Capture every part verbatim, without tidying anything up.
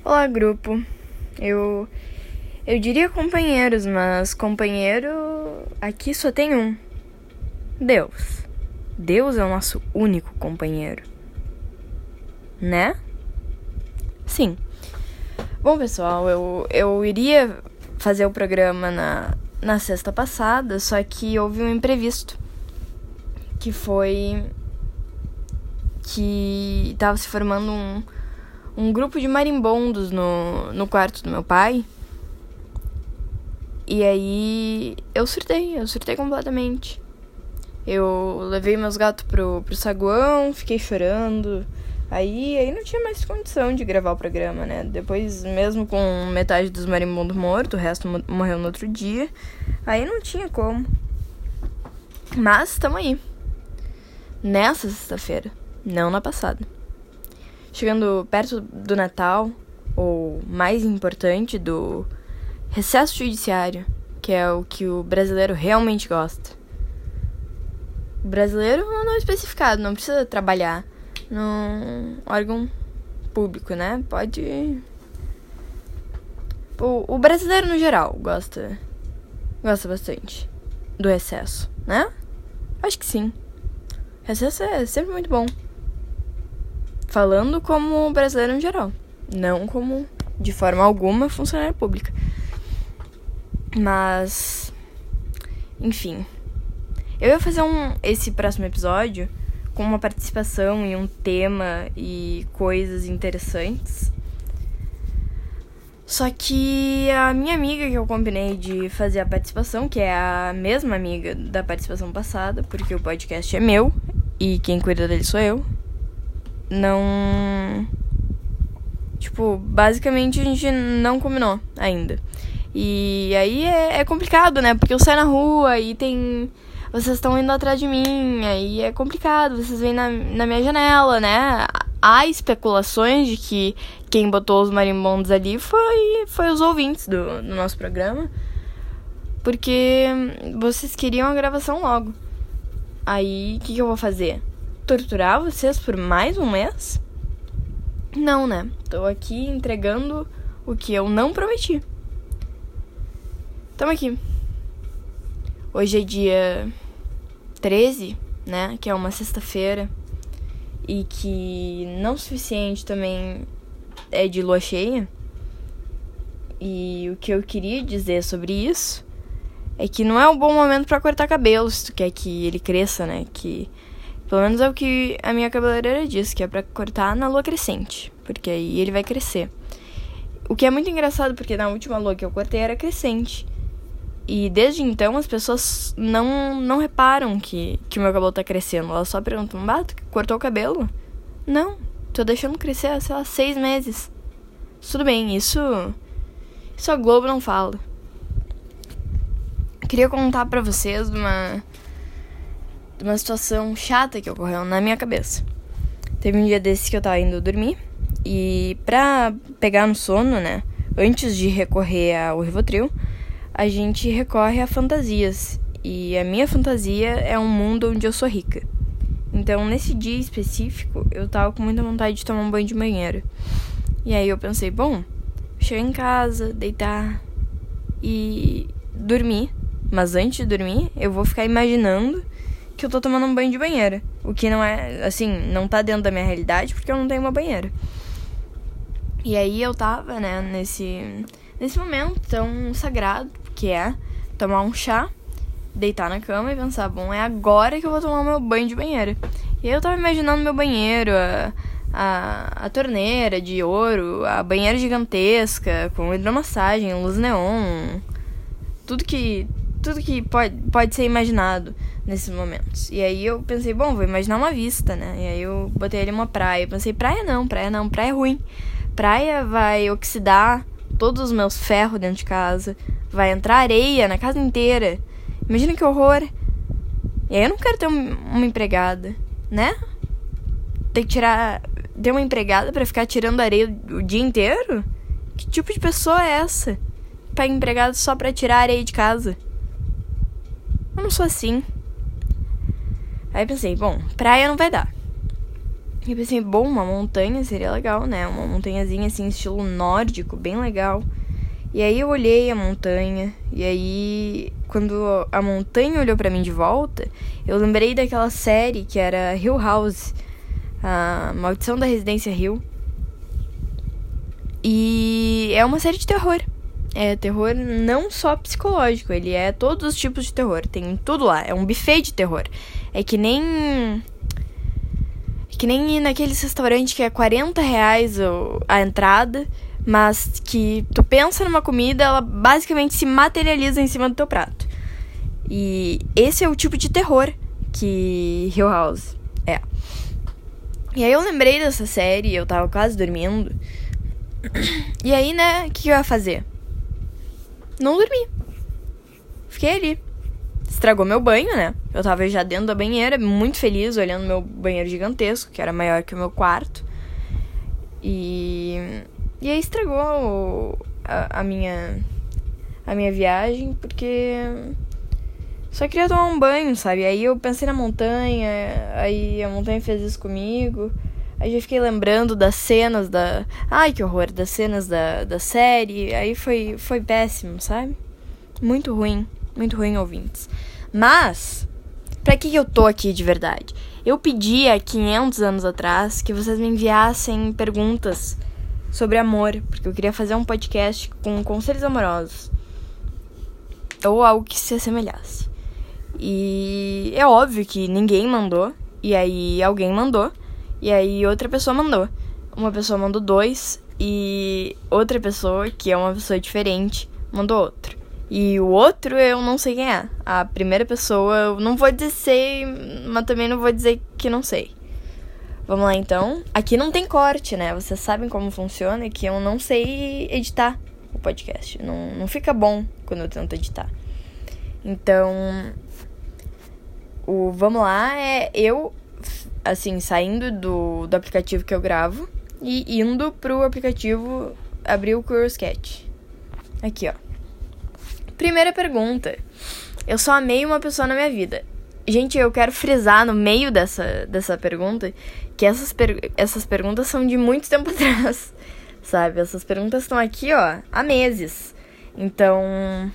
Olá, grupo. Eu eu diria companheiros, mas companheiro aqui só tem um. Deus. Deus é o nosso único companheiro. Né? Sim. Bom, pessoal, eu, eu iria fazer o programa na, na sexta passada, só que houve um imprevisto. Que foi que estava se formando um, um grupo de marimbondos no, no quarto do meu pai. E aí eu surtei, eu surtei completamente. Eu levei meus gatos pro, pro saguão, fiquei chorando. Aí, aí não tinha mais condição de gravar o programa, né? Depois, mesmo com metade dos marimbondos mortos, o resto morreu no outro dia. Aí não tinha como. Mas tamo aí. Nessa sexta-feira, não na passada. Chegando perto do Natal, ou mais importante, do recesso judiciário, que é o que o brasileiro realmente gosta. O brasileiro não é especificado, não precisa trabalhar num órgão público, né? Pode... O, o brasileiro, no geral, gosta, gosta bastante do recesso, né? Acho que sim. Recesso é sempre muito bom. Falando como brasileiro em geral. Não como, de forma alguma, funcionária pública. Mas... Enfim. Eu ia fazer um, esse próximo episódio com uma participação e um tema e coisas interessantes. Só que a minha amiga que eu combinei de fazer a participação, que é a mesma amiga da participação passada, porque o podcast é meu e quem cuida dele sou eu, não... Tipo, basicamente a gente não combinou ainda. E aí é, é complicado, né? Porque eu saio na rua e tem... Vocês estão indo atrás de mim, aí é complicado, vocês vêm na, na minha janela, né? Há especulações de que quem botou os marimbondos ali foi, foi os ouvintes do, do nosso programa. Porque vocês queriam a gravação logo. Aí, o que, que eu vou fazer? Torturar vocês por mais um mês? Não, né? Tô aqui entregando o que eu não prometi. Tamo aqui. Hoje é dia treze, né? Que é uma sexta-feira. E que não o suficiente também é de lua cheia. E o que eu queria dizer sobre isso é que não é um bom momento pra cortar cabelo, se tu quer que ele cresça, né? Que pelo menos é o que a minha cabeleireira diz, que é pra cortar na lua crescente, porque aí ele vai crescer. O que é muito engraçado, porque na última lua que eu cortei era crescente. E desde então as pessoas não, não reparam que, que o meu cabelo tá crescendo. Elas só perguntam, bah, tu cortou o cabelo? Não, tô deixando crescer há, sei lá, seis meses. Tudo bem, isso, isso a Globo não fala. Queria contar pra vocês de uma, de uma situação chata que ocorreu na minha cabeça. Teve um dia desse que eu tava indo dormir. E pra pegar no sono, né, antes de recorrer ao Rivotril, a gente recorre a fantasias. E a minha fantasia é um mundo onde eu sou rica. Então, nesse dia específico, eu tava com muita vontade de tomar um banho de banheiro. E aí eu pensei, bom, chegar em casa, deitar e dormir. Mas antes de dormir, eu vou ficar imaginando que eu tô tomando um banho de banheira. O que não é, assim, não tá dentro da minha realidade, porque eu não tenho uma banheira. E aí eu tava, né, nesse, nesse momento tão sagrado, que é tomar um chá, deitar na cama e pensar, bom, é agora que eu vou tomar meu banho de banheira. E aí eu tava imaginando meu banheiro, a, a, a torneira de ouro, a banheira gigantesca, com hidromassagem, luz neon, tudo que, tudo que pode, pode ser imaginado nesses momentos. E aí eu pensei, bom, vou imaginar uma vista, né? E aí eu botei ali uma praia. Eu pensei, praia não, praia não, praia é ruim. Praia vai oxidar todos os meus ferros dentro de casa, vai entrar areia na casa inteira. Imagina que horror. E aí eu não quero ter um, uma empregada, né? Ter que tirar... Ter uma empregada pra ficar tirando areia o dia inteiro? Que tipo de pessoa é essa? Pega empregada só pra tirar areia de casa? Eu não sou assim. Aí pensei, bom, praia não vai dar. E eu pensei, bom, uma montanha seria legal, né? Uma montanhazinha assim, estilo nórdico, bem legal. E aí eu olhei a montanha, e aí quando a montanha olhou pra mim de volta, eu lembrei daquela série que era Hill House, a Maldição da Residência Hill. E é uma série de terror. É terror não só psicológico, ele é todos os tipos de terror, tem tudo lá, é um buffet de terror. É que nem... É que nem ir naqueles restaurantes que é quarenta reais a entrada, mas que tu pensa numa comida, ela basicamente se materializa em cima do teu prato. E esse é o tipo de terror que Hill House é. E aí eu lembrei dessa série, eu tava quase dormindo. E aí, né, o que, que eu ia fazer? Não dormi. Fiquei ali. Estragou meu banho, né? Eu tava já dentro da banheira, muito feliz, olhando meu banheiro gigantesco, que era maior que o meu quarto. E... E aí estragou a, a minha a minha viagem, porque só queria tomar um banho, sabe? Aí eu pensei na montanha, aí a montanha fez isso comigo. Aí já fiquei lembrando das cenas da... Ai, que horror, das cenas da, da série. Aí foi, foi péssimo, sabe? Muito ruim, muito ruim, ouvintes. Mas, pra que eu tô aqui de verdade? Eu pedi há quinhentos anos atrás que vocês me enviassem perguntas sobre amor, porque eu queria fazer um podcast com conselhos amorosos. Ou algo que se assemelhasse. E é óbvio que ninguém mandou, e aí alguém mandou, e aí outra pessoa mandou. Uma pessoa mandou dois, e outra pessoa, que é uma pessoa diferente, mandou outro. E o outro eu não sei quem é. A primeira pessoa eu não vou dizer sei, mas também não vou dizer que não sei. Vamos lá, então. Aqui não tem corte, né? Vocês sabem como funciona, que eu não sei editar o podcast. Não, não fica bom quando eu tento editar. Então, o vamos lá é eu, assim, saindo do, do aplicativo que eu gravo e indo pro aplicativo abrir o Curioscat. Aqui, ó. Primeira pergunta. Eu só amei uma pessoa na minha vida. Gente, eu quero frisar no meio dessa, dessa pergunta que essas, per- essas perguntas são de muito tempo atrás, sabe? Essas perguntas estão aqui, ó, há meses. Então,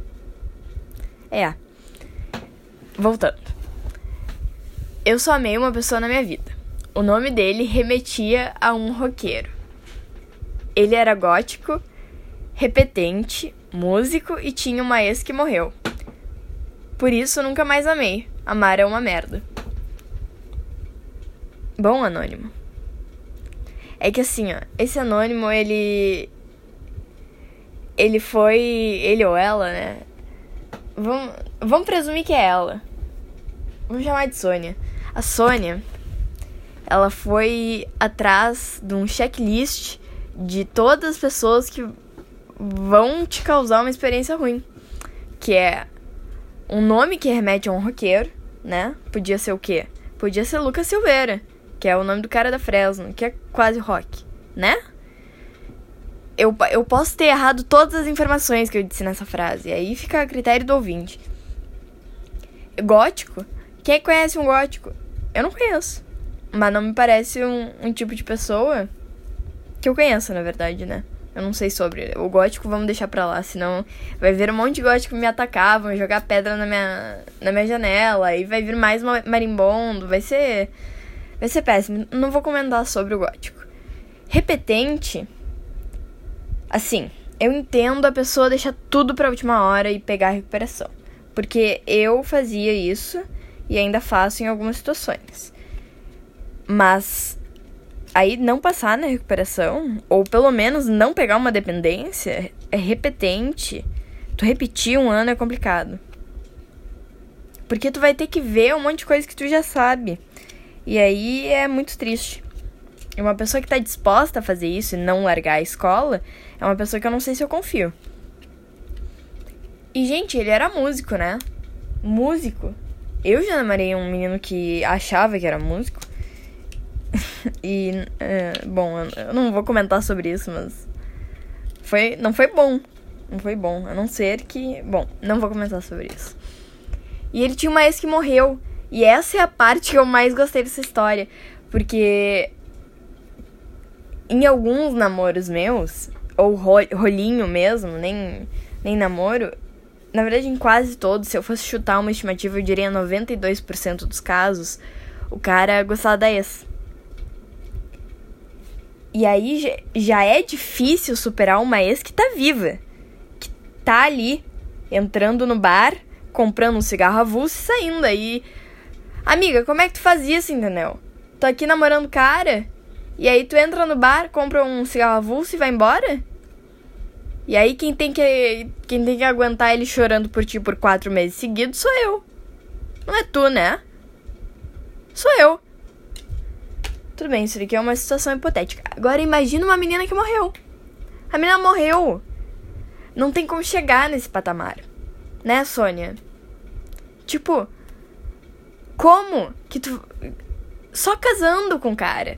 é. Voltando. Eu só amei uma pessoa na minha vida. O nome dele remetia a um roqueiro. Ele era gótico, repetente, músico e tinha uma ex que morreu. Por isso, nunca mais amei. Amar é uma merda. Bom, anônimo. É que assim, ó, esse anônimo, ele... Ele foi... Ele ou ela, né? Vamos, vamos presumir que é ela. Vamos chamar de Sônia. A Sônia, ela foi atrás de um checklist de todas as pessoas que vão te causar uma experiência ruim. Que é um nome que remete a um roqueiro, né? Podia ser o quê? Podia ser Lucas Silveira, que é o nome do cara da Fresno, que é quase rock, né? Eu, eu posso ter errado todas as informações que eu disse nessa frase, e aí fica a critério do ouvinte. Gótico? Quem conhece um gótico? Eu não conheço. Mas não me parece um, um tipo de pessoa que eu conheço, na verdade, né? Eu não sei sobre. O gótico vamos deixar pra lá, senão vai vir um monte de gótico me atacar, vão jogar pedra na minha, na minha janela, aí vai vir mais marimbondo, vai ser... Vai ser péssimo. Não vou comentar sobre o gótico. Repetente... Assim, eu entendo a pessoa deixar tudo pra última hora e pegar a recuperação. Porque eu fazia isso e ainda faço em algumas situações. Mas... aí não passar na recuperação, ou pelo menos não pegar uma dependência, é repetente. Tu repetir um ano é complicado. Porque tu vai ter que ver um monte de coisa que tu já sabe. E aí é muito triste. E uma pessoa que tá disposta a fazer isso e não largar a escola, é uma pessoa que eu não sei se eu confio. E, gente, ele era músico, né? Músico. Eu já namorei um menino que achava que era músico. E, é, bom, eu não vou comentar sobre isso, mas foi, não foi bom. Não foi bom, a não ser que... Bom, não vou comentar sobre isso. E ele tinha uma ex que morreu. E essa é a parte que eu mais gostei dessa história. Porque em alguns namoros meus, ou ro- rolinho mesmo, nem, nem namoro, na verdade em quase todos, se eu fosse chutar uma estimativa, eu diria noventa e dois por cento dos casos, o cara gostava da ex. E aí já, já é difícil superar uma ex que tá viva, que tá ali, entrando no bar, comprando um cigarro avulso e saindo aí. Amiga, como é que tu faz isso, entendeu? Tô aqui namorando cara, e aí tu entra no bar, compra um cigarro avulso e vai embora? E aí quem tem que, quem tem que aguentar ele chorando por ti por quatro meses seguidos sou eu. Não é tu, né? Sou eu. Tudo bem, isso aqui é uma situação hipotética. Agora imagina uma menina que morreu. A menina morreu. Não tem como chegar nesse patamar. Né, Sônia? Tipo, como que tu... Só casando com o cara.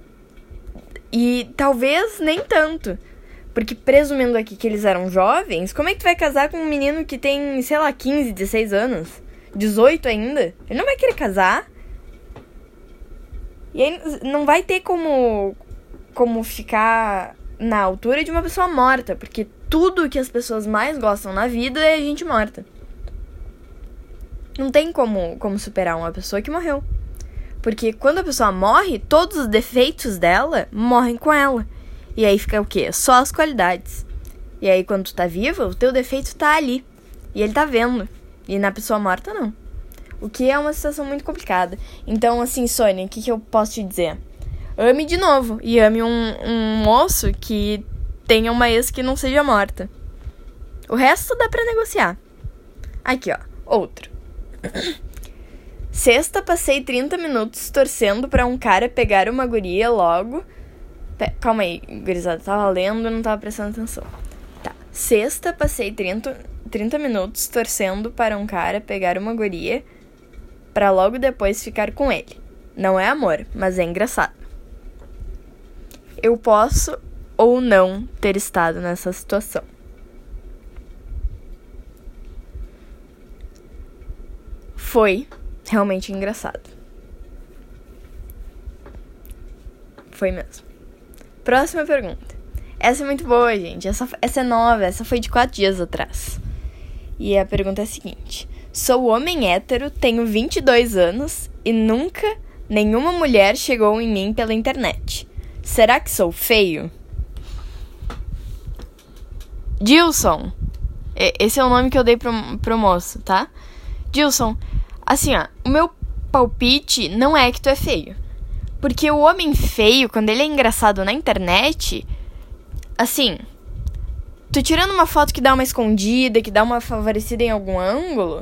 E talvez nem tanto. Porque presumindo aqui que eles eram jovens, como é que tu vai casar com um menino que tem, sei lá, quinze, dezesseis anos? dezoito ainda? Ele não vai querer casar. E aí não vai ter como, como ficar na altura de uma pessoa morta. Porque tudo que as pessoas mais gostam na vida é gente morta. Não tem como, como superar uma pessoa que morreu. Porque quando a pessoa morre, todos os defeitos dela morrem com ela. E aí fica o quê? Só as qualidades. E aí quando tu tá viva, o teu defeito tá ali. E ele tá vendo. E na pessoa morta, não. O que é uma situação muito complicada. Então, assim, Sônia, o que, que eu posso te dizer? Ame de novo. E ame um, um moço que tenha uma ex que não seja morta. O resto dá pra negociar. Aqui, ó. Outro. Sexta, passei trinta minutos torcendo pra um cara pegar uma guria logo. Pe- Calma aí, gurizada. Tava lendo e não tava prestando atenção. Tá. Sexta, passei trinta, trinta minutos torcendo para um cara pegar uma guria pra logo depois ficar com ele. Não é amor, mas é engraçado. Eu posso ou não ter estado nessa situação. Foi realmente engraçado. Foi mesmo. Próxima pergunta. Essa é muito boa, gente. Essa, essa é nova. Essa foi de quatro dias atrás. E a pergunta é a seguinte. Sou homem hétero, tenho vinte e dois anos e nunca nenhuma mulher chegou em mim pela internet. Será que sou feio? Dilson. Esse é o nome que eu dei pro, pro moço, tá? Dilson, assim, ó. O meu palpite não é que tu é feio. Porque o homem feio, quando ele é engraçado na internet, assim, tu tirando uma foto que dá uma escondida, que dá uma favorecida em algum ângulo,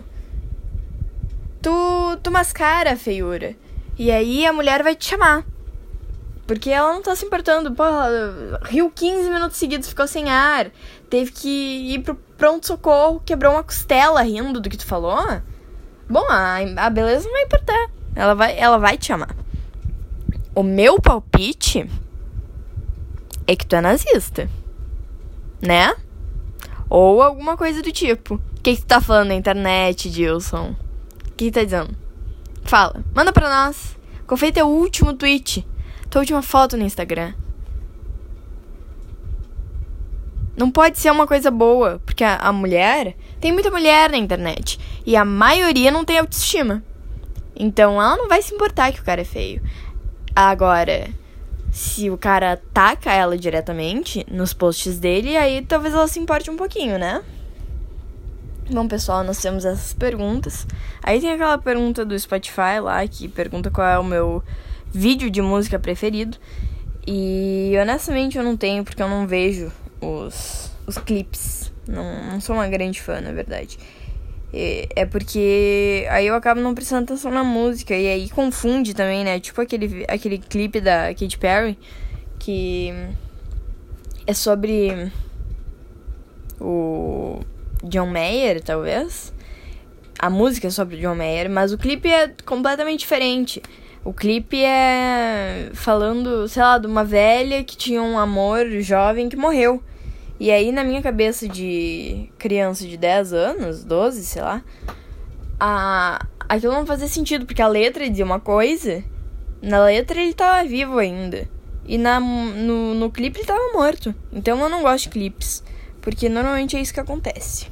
tu, tu mascara a feiura. E aí a mulher vai te chamar. Porque ela não tá se importando. Pô, riu quinze minutos seguidos, ficou sem ar. Teve que ir pro pronto-socorro, quebrou uma costela rindo do que tu falou. Bom, a, a beleza não vai importar. Ela vai, ela vai te chamar. O meu palpite é que tu é nazista. Né? Ou alguma coisa do tipo. O que, que tu tá falando na internet, Dilson? O que, que tá dizendo? Fala. Manda pra nós. Qual foi teu último tweet? Tua última foto no Instagram? Não pode ser uma coisa boa. Porque a, a mulher... Tem muita mulher na internet. E a maioria não tem autoestima. Então ela não vai se importar que o cara é feio. Agora, se o cara ataca ela diretamente nos posts dele, aí talvez ela se importe um pouquinho, né? Bom, pessoal, nós temos essas perguntas. Aí tem aquela pergunta do Spotify lá, que pergunta qual é o meu vídeo de música preferido. E honestamente eu não tenho, porque eu não vejo os, os clipes. Não, não sou uma grande fã, na verdade. É porque aí eu acabo não prestando atenção na música. E aí confunde também, né? Tipo aquele, aquele clipe da Katy Perry, que é sobre o John Mayer, talvez. A música é sobre o John Mayer, mas o clipe é completamente diferente. O clipe é falando, sei lá, de uma velha que tinha um amor jovem que morreu. E aí, na minha cabeça de criança de dez anos, doze, sei lá, a... aquilo não fazia sentido, porque a letra dizia uma coisa, Na letra ele tava vivo ainda. E na, no, no clipe ele tava morto. Então eu não gosto de clipes, porque normalmente é isso que acontece.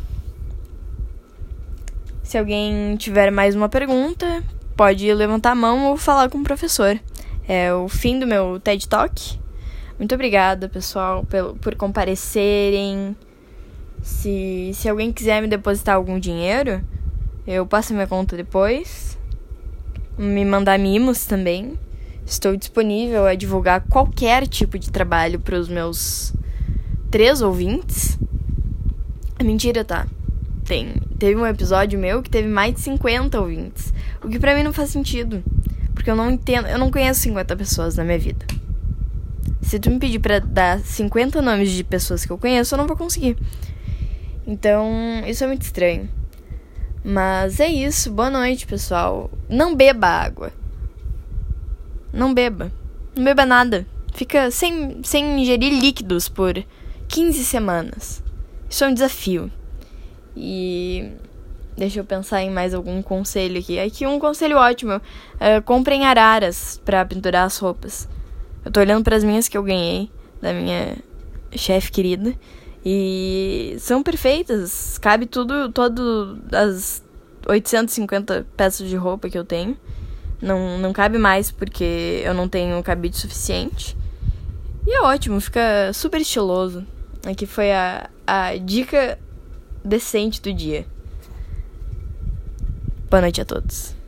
Se alguém tiver mais uma pergunta, pode levantar a mão ou falar com o professor. É o fim do meu TED Talk. Muito obrigada, pessoal, pelo, por comparecerem. Se, se alguém quiser me depositar algum dinheiro, eu passo a minha conta depois. Me mandar mimos também. Estou disponível a divulgar qualquer tipo de trabalho para os meus três ouvintes. É mentira, tá? Tem, teve um episódio meu que teve mais de cinquenta ouvintes. O que pra mim não faz sentido. Porque eu não entendo, eu não conheço cinquenta pessoas na minha vida. Se tu me pedir pra dar cinquenta nomes de pessoas que eu conheço, eu não vou conseguir. Então, isso é muito estranho. Mas é isso, boa noite, pessoal. Não beba água. Não beba. Não beba nada. Fica sem, sem ingerir líquidos por quinze semanas. Isso é um desafio. E deixa eu pensar em mais algum conselho aqui. Aqui um conselho ótimo. Uh, comprem araras pra pendurar as roupas. Eu tô olhando pras minhas que eu ganhei da minha chefe querida. E são perfeitas. Cabe tudo, todo as oitocentas e cinquenta peças de roupa que eu tenho. Não, não cabe mais porque eu não tenho cabide suficiente. E é ótimo, fica super estiloso. Aqui foi a, a dica decente do dia. Boa noite a todos.